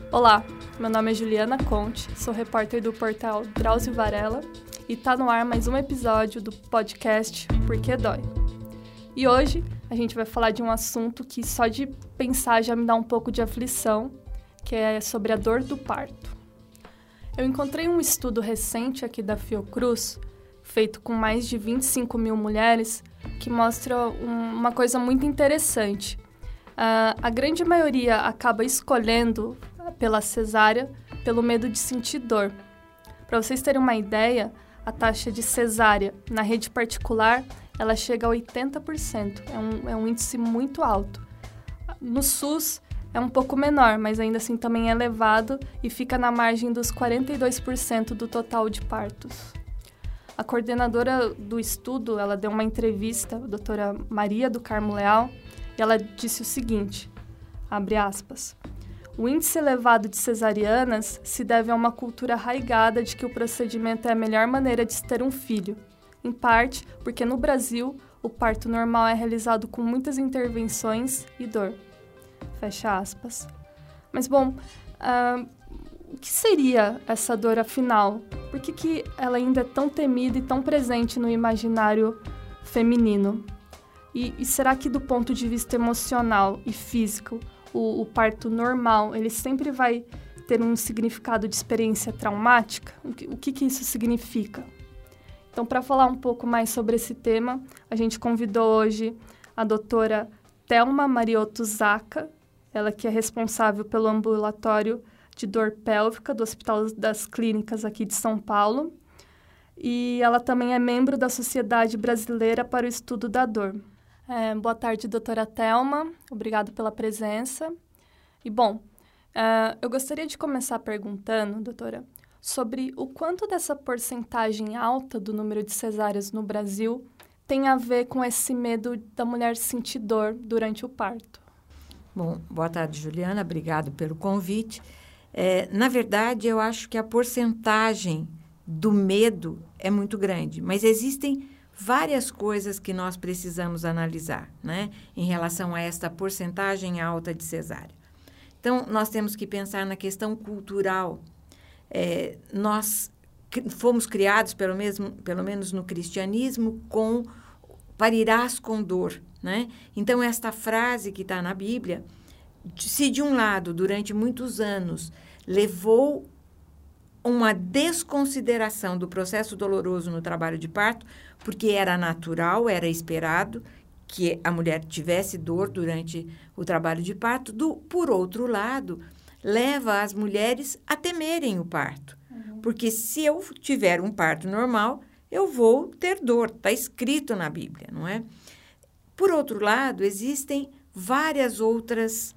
Olá, meu nome é Juliana Conte, sou repórter do portal Drauzio Varela e tá no ar mais um episódio do podcast Por que Dói? E hoje a gente vai falar de um assunto que só de pensar já me dá um pouco de aflição, que é sobre a dor do parto. Eu encontrei um estudo recente aqui da Fiocruz, feito com mais de 25 mil mulheres, que mostra uma coisa muito interessante. A grande maioria acaba escolhendo pela cesárea pelo medo de sentir dor. Para vocês terem uma ideia, a taxa de cesárea na rede particular ela chega a 80%. É um índice muito alto. No SUS é um pouco menor, mas ainda assim também é elevado e fica na margem dos 42% do total de partos. A coordenadora do estudo, ela deu uma entrevista, a doutora Maria do Carmo Leal, e ela disse o seguinte, abre aspas, o índice elevado de cesarianas se deve a uma cultura arraigada de que o procedimento é a melhor maneira de se ter um filho, em parte porque no Brasil o parto normal é realizado com muitas intervenções e dor. Fecha aspas. Mas bom, o que seria essa dor afinal? Por que ela ainda é tão temida e tão presente no imaginário feminino? E será que do ponto de vista emocional e físico, o parto normal, ele sempre vai ter um significado de experiência traumática? O que isso significa? Então, para falar um pouco mais sobre esse tema, a gente convidou hoje a doutora Thelma Mariotto Zacca, ela que é responsável pelo ambulatório de dor pélvica do Hospital das Clínicas aqui de São Paulo. E ela também é membro da Sociedade Brasileira para o Estudo da Dor. Boa tarde, doutora Thelma. Obrigado pela presença. E, bom, eu gostaria de começar perguntando, doutora, sobre o quanto dessa porcentagem alta do número de cesáreas no Brasil tem a ver com esse medo da mulher sentir dor durante o parto. Bom, boa tarde, Juliana. Obrigado pelo convite. Na verdade, eu acho que a porcentagem do medo é muito grande, mas existem várias coisas que nós precisamos analisar, né, em relação a esta porcentagem alta de cesárea. Então, nós temos que pensar na questão cultural. Nós fomos criados, pelo menos no cristianismo, com parirás com dor, né? Então, esta frase que está na Bíblia, se de um lado, durante muitos anos, levou uma desconsideração do processo doloroso no trabalho de parto, porque era natural, era esperado que a mulher tivesse dor durante o trabalho de parto. Por outro lado, leva as mulheres a temerem o parto. Porque se eu tiver um parto normal, eu vou ter dor. Está escrito na Bíblia, não é? Por outro lado, existem vários outros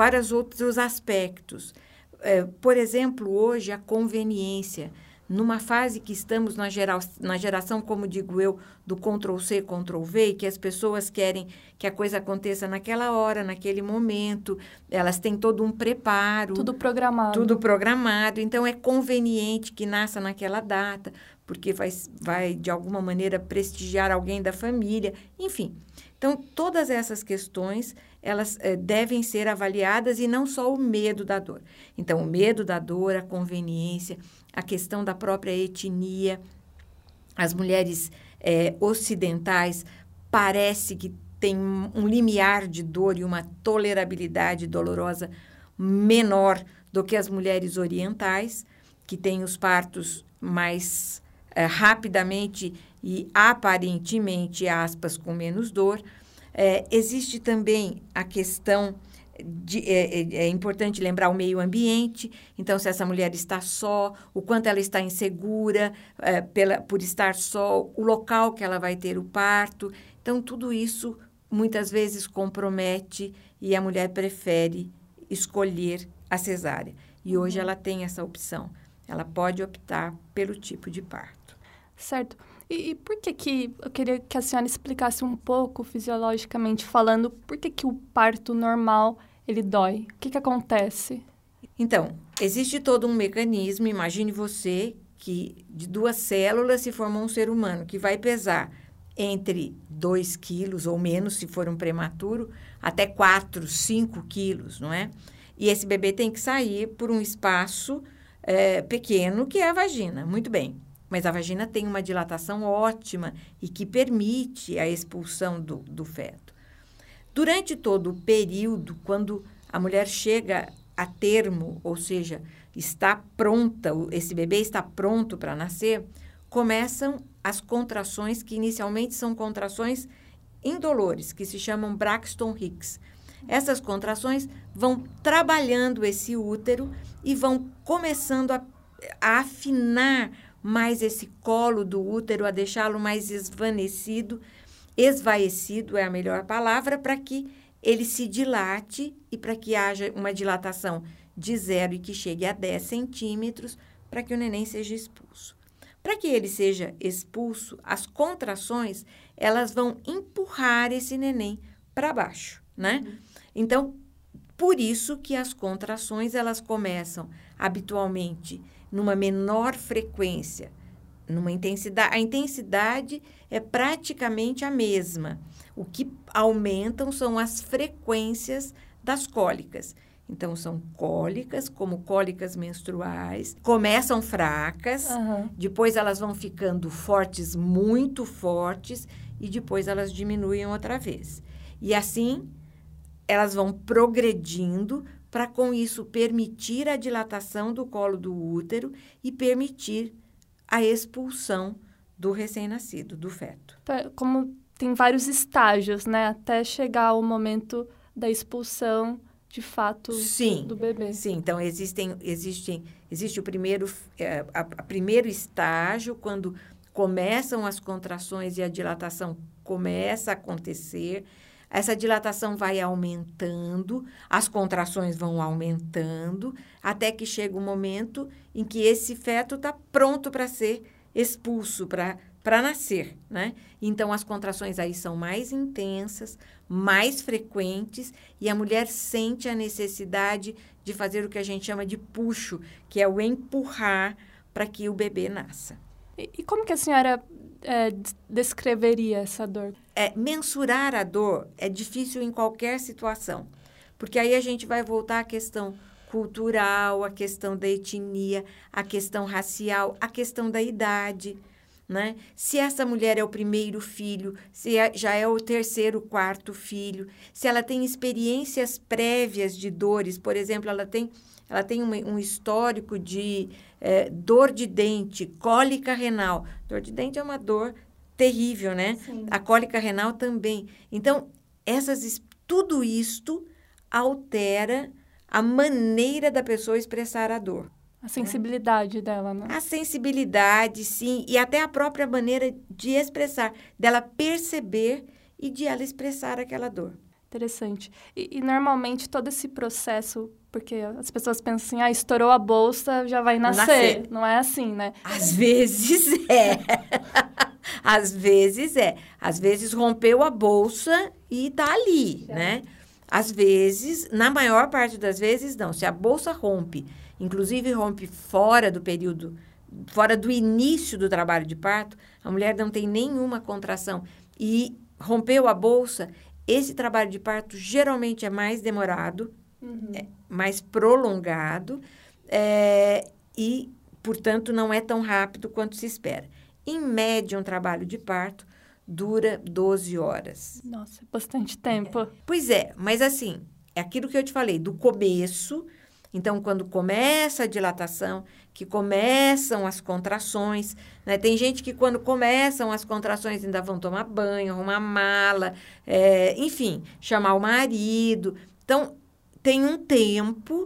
aspectos. Por exemplo, hoje, a conveniência. Numa fase que estamos na geração, como digo eu, do Ctrl+C, Ctrl+V, e que as pessoas querem que a coisa aconteça naquela hora, naquele momento, elas têm todo um preparo. Tudo programado. Tudo programado. Então, é conveniente que nasça naquela data, porque vai de alguma maneira, prestigiar alguém da família. Enfim, então, todas essas questões, elas devem ser avaliadas e não só o medo da dor. Então, o medo da dor, a conveniência, a questão da própria etnia. As mulheres ocidentais parece que têm um limiar de dor e uma tolerabilidade dolorosa menor do que as mulheres orientais, que têm os partos mais rapidamente e aparentemente, aspas, com menos dor. Existe também a questão é importante lembrar o meio ambiente. Então, se essa mulher está só, o quanto ela está insegura por estar só, o local que ela vai ter o parto. Então, tudo isso muitas vezes compromete e a mulher prefere escolher a cesárea. E hoje ela tem essa opção. Ela pode optar pelo tipo de parto. Certo. E por que eu queria que a senhora explicasse um pouco, fisiologicamente falando, por que o parto normal ele dói? O que acontece? Então, existe todo um mecanismo. Imagine você que de 2 células se formou um ser humano que vai pesar entre 2 quilos ou menos, se for um prematuro, até 4, 5 quilos, não é? E esse bebê tem que sair por um espaço pequeno, que é a vagina. Muito bem. Mas a vagina tem uma dilatação ótima e que permite a expulsão do feto. Durante todo o período, quando a mulher chega a termo, ou seja, está pronta, esse bebê está pronto para nascer, começam as contrações, que inicialmente são contrações indolores, que se chamam Braxton Hicks. Essas contrações vão trabalhando esse útero e vão começando a afinar mais esse colo do útero, a deixá-lo mais esvaecido é a melhor palavra, para que ele se dilate e para que haja uma dilatação de 0 e que chegue a 10 centímetros, para que o neném seja expulso. Para que ele seja expulso, as contrações, elas vão empurrar esse neném para baixo, né? Então, por isso que as contrações, elas começam habitualmente numa menor frequência, numa intensidade. A intensidade é praticamente a mesma. O que aumentam são as frequências das cólicas. Então, são cólicas, como cólicas menstruais, começam fracas, depois elas vão ficando fortes, muito fortes, e depois elas diminuem outra vez. E assim, elas vão progredindo para, com isso, permitir a dilatação do colo do útero e permitir a expulsão do recém-nascido, do feto. Como tem vários estágios, né? Até chegar o momento da expulsão, de fato, do bebê. Sim, então existe o primeiro estágio, quando começam as contrações e a dilatação começa a acontecer. Essa dilatação vai aumentando, as contrações vão aumentando, até que chega o momento em que esse feto está pronto para ser expulso, para nascer, né? Então, as contrações aí são mais intensas, mais frequentes, e a mulher sente a necessidade de fazer o que a gente chama de puxo, que é o empurrar para que o bebê nasça. E como que a senhora descreveria essa dor? Mensurar a dor é difícil em qualquer situação, porque aí a gente vai voltar à questão cultural, à questão da etnia, à questão racial, à questão da idade, né? Se essa mulher é o primeiro filho, se já é o terceiro, quarto filho, se ela tem experiências prévias de dores, por exemplo, ela tem um histórico de dor de dente, cólica renal. Dor de dente é uma dor terrível, né? Sim. A cólica renal também. Então, tudo isto altera a maneira da pessoa expressar a dor. A sensibilidade dela, né? A sensibilidade, sim, e até a própria maneira de expressar, dela perceber e de ela expressar aquela dor. Interessante. E normalmente todo esse processo, porque as pessoas pensam assim, estourou a bolsa, já vai nascer. Não é assim, né? Às vezes é. Às vezes é. Às vezes rompeu a bolsa e tá ali, né? Às vezes, na maior parte das vezes, não. Se a bolsa rompe, inclusive rompe fora do início do trabalho de parto, a mulher não tem nenhuma contração e rompeu a bolsa, esse trabalho de parto geralmente é mais demorado, mais prolongado e, portanto, não é tão rápido quanto se espera. Em média, um trabalho de parto dura 12 horas. Nossa, bastante tempo. Pois é, mas assim, é aquilo que eu te falei, do começo. Então, quando começa a dilatação, que começam as contrações, né? Tem gente que quando começam as contrações ainda vão tomar banho, arrumar mala, enfim, chamar o marido. Então, tem um tempo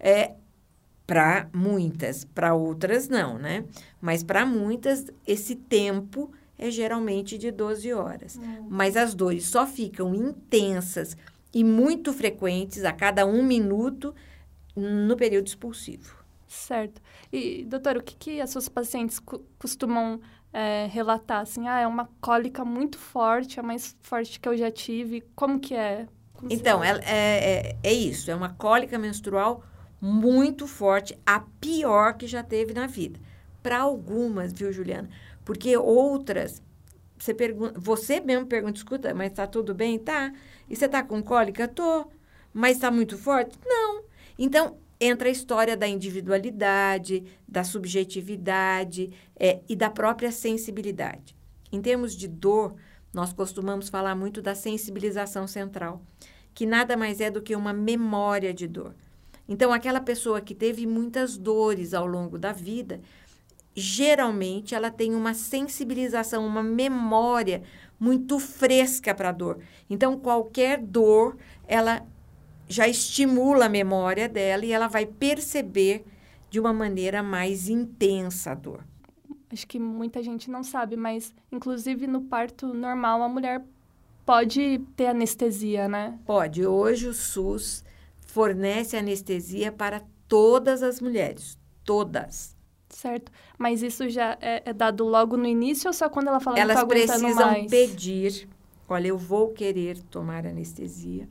para muitas, para outras não, né? Mas para muitas, esse tempo é geralmente de 12 horas. Mas as dores só ficam intensas e muito frequentes a cada 1 minuto no período expulsivo. Certo. E, doutora, o que as suas pacientes costumam relatar? Assim, é uma cólica muito forte, a mais forte que eu já tive. Como que é? Então, é isso. É uma cólica menstrual muito forte, a pior que já teve na vida. Para algumas, viu, Juliana? Porque outras, você mesmo pergunta, escuta, mas tá tudo bem? Tá. E você tá com cólica? Tô. Mas tá muito forte? Não. Então, entra a história da individualidade, da subjetividade e da própria sensibilidade. Em termos de dor, nós costumamos falar muito da sensibilização central, que nada mais é do que uma memória de dor. Então, aquela pessoa que teve muitas dores ao longo da vida, geralmente ela tem uma sensibilização, uma memória muito fresca para a dor. Então, qualquer dor, ela já estimula a memória dela e ela vai perceber de uma maneira mais intensa a dor. Acho que muita gente não sabe, mas inclusive no parto normal a mulher pode ter anestesia, né? Pode. Hoje o SUS fornece anestesia para todas as mulheres, todas. Certo. Mas isso já é dado logo no início ou só quando ela fala Elas não tá aguentando mais? precisam pedir, olha, eu vou querer tomar anestesia.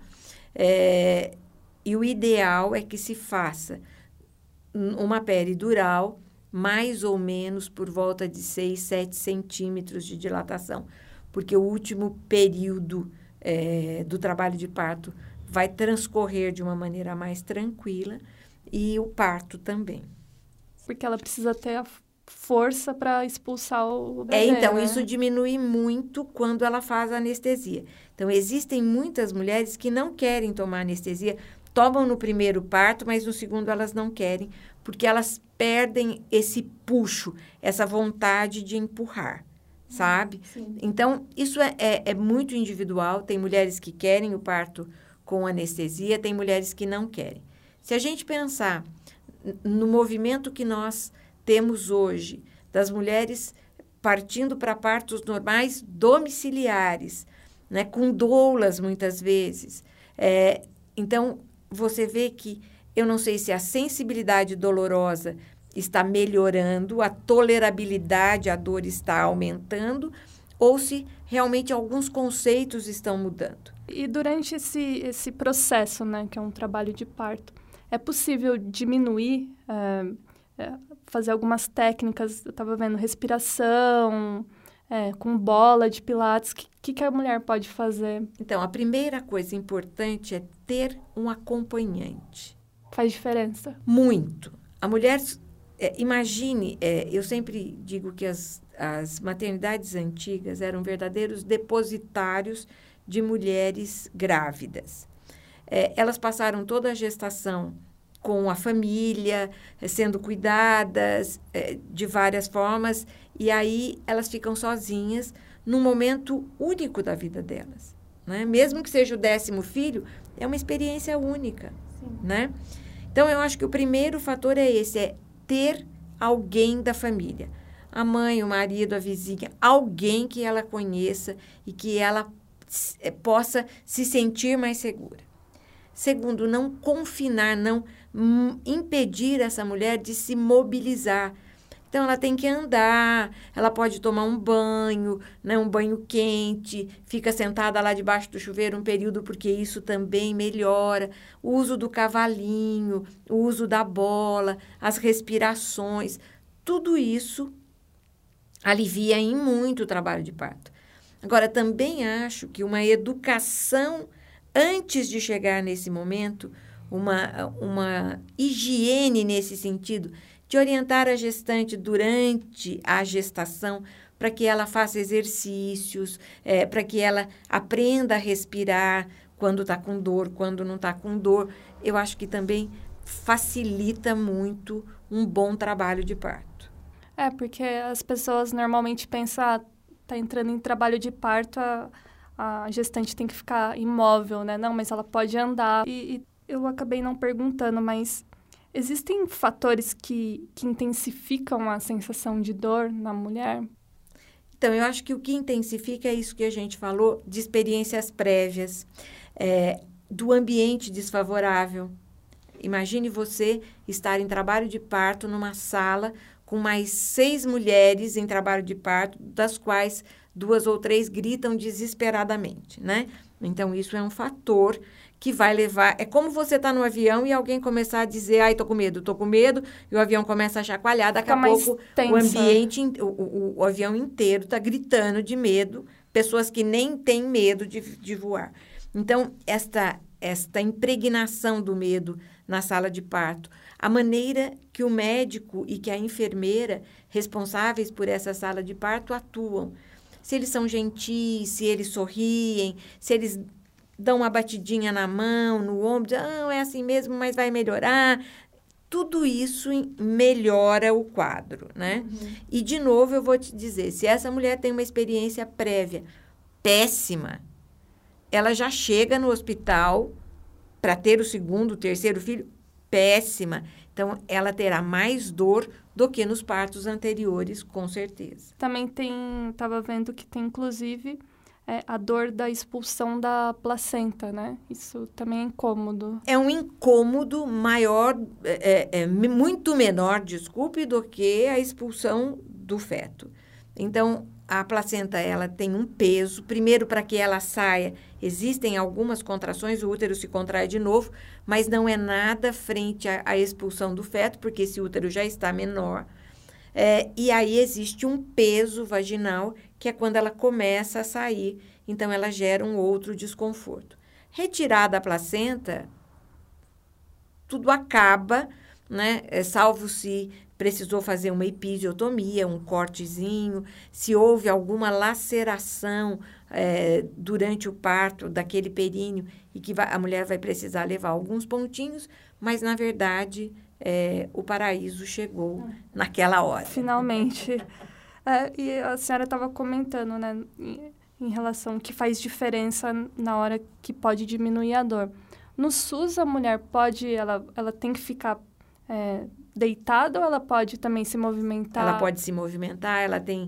E o ideal é que se faça uma peridural, mais ou menos por volta de 6, 7 centímetros de dilatação, porque o último período do trabalho de parto vai transcorrer de uma maneira mais tranquila e o parto também. Porque ela precisa ter a força para expulsar o bebê, Então, né? isso diminui muito quando ela faz a anestesia. Então, existem muitas mulheres que não querem tomar anestesia, tomam no primeiro parto, mas no segundo elas não querem, porque elas perdem esse puxo, essa vontade de empurrar, sabe? Sim. Então, isso é muito individual. Tem mulheres que querem o parto com anestesia, tem mulheres que não querem. Se a gente pensar no movimento que nós temos hoje, das mulheres partindo para partos normais domiciliares, né, com doulas muitas vezes. Então, você vê que, eu não sei se a sensibilidade dolorosa está melhorando, a tolerabilidade à dor está aumentando, ou se realmente alguns conceitos estão mudando. E durante esse processo, né, que é um trabalho de parto, é possível diminuir, fazer algumas técnicas, eu estava vendo, respiração, com bola de pilates, o que a mulher pode fazer? Então, a primeira coisa importante é ter um acompanhante. Faz diferença? Muito. A mulher, imagine, eu sempre digo que as maternidades antigas eram verdadeiros depositários de mulheres grávidas. Elas passaram toda a gestação com a família, sendo cuidadas de várias formas, e aí elas ficam sozinhas num momento único da vida delas, né? Mesmo que seja o 10º filho, é uma experiência única, né? Então, eu acho que o primeiro fator é esse, é ter alguém da família. A mãe, o marido, a vizinha, alguém que ela conheça e que ela possa se sentir mais segura. Segundo, não confinar, não impedir essa mulher de se mobilizar. Então, ela tem que andar, ela pode tomar um banho, né, um banho quente, fica sentada lá debaixo do chuveiro um período, porque isso também melhora. O uso do cavalinho, o uso da bola, as respirações, tudo isso alivia em muito o trabalho de parto. Agora, também acho que uma educação antes de chegar nesse momento, uma higiene nesse sentido, de orientar a gestante durante a gestação, para que ela faça exercícios, para que ela aprenda a respirar quando está com dor, quando não está com dor. Eu acho que também facilita muito um bom trabalho de parto. Porque as pessoas normalmente pensam, está entrando em trabalho de parto, a gestante tem que ficar imóvel, né? Não, mas ela pode andar. E eu acabei não perguntando, mas existem fatores que intensificam a sensação de dor na mulher? Então, eu acho que o que intensifica é isso que a gente falou, de experiências prévias, do ambiente desfavorável. Imagine você estar em trabalho de parto numa sala com mais 6 mulheres em trabalho de parto, das quais 2 ou 3 gritam desesperadamente, né? Então, isso é um fator que vai levar... É como você tá no avião e alguém começar a dizer, ai, tô com medo, e o avião começa a chacoalhar, daqui a pouco o ambiente, o avião inteiro tá gritando de medo, pessoas que nem têm medo de voar. Então, esta impregnação do medo na sala de parto, a maneira que o médico e que a enfermeira responsáveis por essa sala de parto atuam. Se eles são gentis, se eles sorriem, se eles dão uma batidinha na mão, no ombro, é assim mesmo, mas vai melhorar. Tudo isso melhora o quadro, né? E, de novo, eu vou te dizer, se essa mulher tem uma experiência prévia péssima, ela já chega no hospital para ter o segundo, o terceiro filho, péssima. Então, ela terá mais dor do que nos partos anteriores, com certeza. Também estava vendo que tem, inclusive, a dor da expulsão da placenta, né? Isso também é incômodo. É um incômodo maior, muito menor, desculpe, do que a expulsão do feto. Então, a placenta, ela tem um peso. Primeiro, para que ela saia, existem algumas contrações, o útero se contrai de novo, mas não é nada frente à expulsão do feto, porque esse útero já está menor. E aí existe um peso vaginal, que é quando ela começa a sair. Então, ela gera um outro desconforto. Retirada a placenta, tudo acaba, né? Salvo se precisou fazer uma episiotomia, um cortezinho, se houve alguma laceração durante o parto daquele períneo e que a mulher vai precisar levar alguns pontinhos, mas, na verdade, o paraíso chegou naquela hora. Finalmente. E a senhora estava comentando, né, em relação que faz diferença na hora que pode diminuir a dor. No SUS, a mulher ela tem que ficar deitada ou ela pode também se movimentar? Ela pode se movimentar,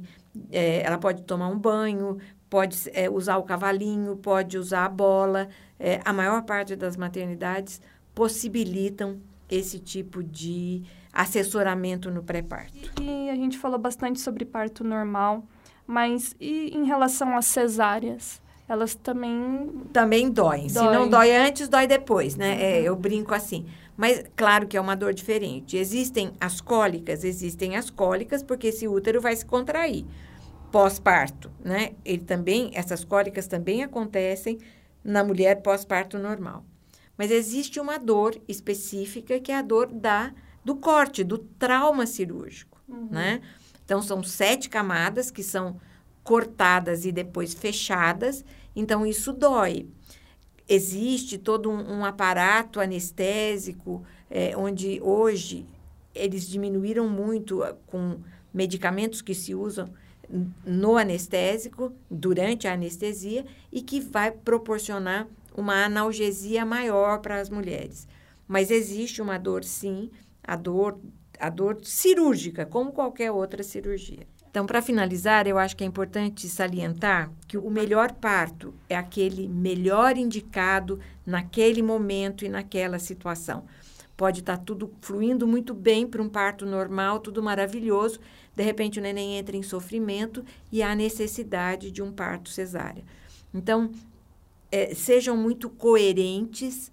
ela pode tomar um banho, pode usar o cavalinho, pode usar a bola. A maior parte das maternidades possibilitam esse tipo de assessoramento no pré-parto. E a gente falou bastante sobre parto normal, mas e em relação às cesáreas? Elas também doem. Se não dói antes, dói depois, né? Eu brinco assim. Mas, claro que é uma dor diferente. Existem as cólicas porque esse útero vai se contrair pós-parto, né? Essas cólicas também acontecem na mulher pós-parto normal. Mas existe uma dor específica, que é a dor do corte, do trauma cirúrgico, né? Então, são 7 camadas que são cortadas e depois fechadas, então isso dói. Existe todo um aparato anestésico, onde hoje eles diminuíram muito com medicamentos que se usam no anestésico, durante a anestesia, e que vai proporcionar uma analgesia maior para as mulheres. Mas existe uma dor, sim, a dor cirúrgica, como qualquer outra cirurgia. Então, para finalizar, eu acho que é importante salientar que o melhor parto é aquele melhor indicado naquele momento e naquela situação. Pode estar tudo fluindo muito bem para um parto normal, tudo maravilhoso. De repente, o neném entra em sofrimento e há necessidade de um parto cesárea. Então, sejam muito coerentes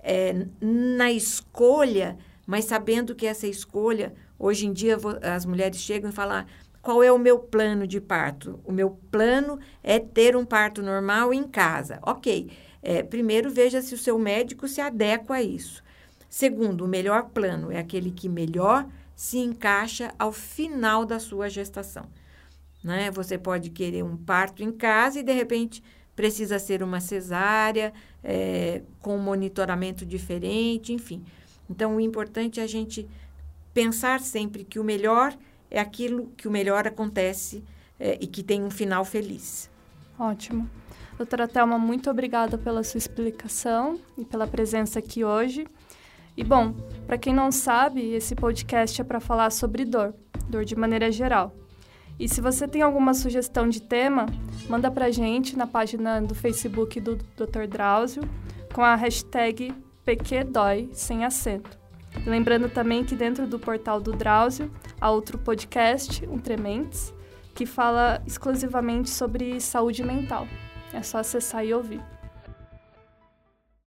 na escolha, mas sabendo que essa escolha, hoje em dia, as mulheres chegam e falam: qual é o meu plano de parto? O meu plano é ter um parto normal em casa. Ok. Primeiro, veja se o seu médico se adequa a isso. Segundo, o melhor plano é aquele que melhor se encaixa ao final da sua gestação, né? Você pode querer um parto em casa e, de repente, precisa ser uma cesárea, com um monitoramento diferente, enfim. Então, o importante é a gente pensar sempre que o melhor é aquilo que o melhor acontece e que tem um final feliz. Ótimo. Doutora Thelma, muito obrigada pela sua explicação e pela presença aqui hoje. E, bom, para quem não sabe, esse podcast é para falar sobre dor de maneira geral. E se você tem alguma sugestão de tema, manda para a gente na página do Facebook do Dr. Drauzio, com a hashtag PQDói, sem acento. E lembrando também que dentro do portal do Drauzio há outro podcast, um Trementes, que fala exclusivamente sobre saúde mental. É só acessar e ouvir.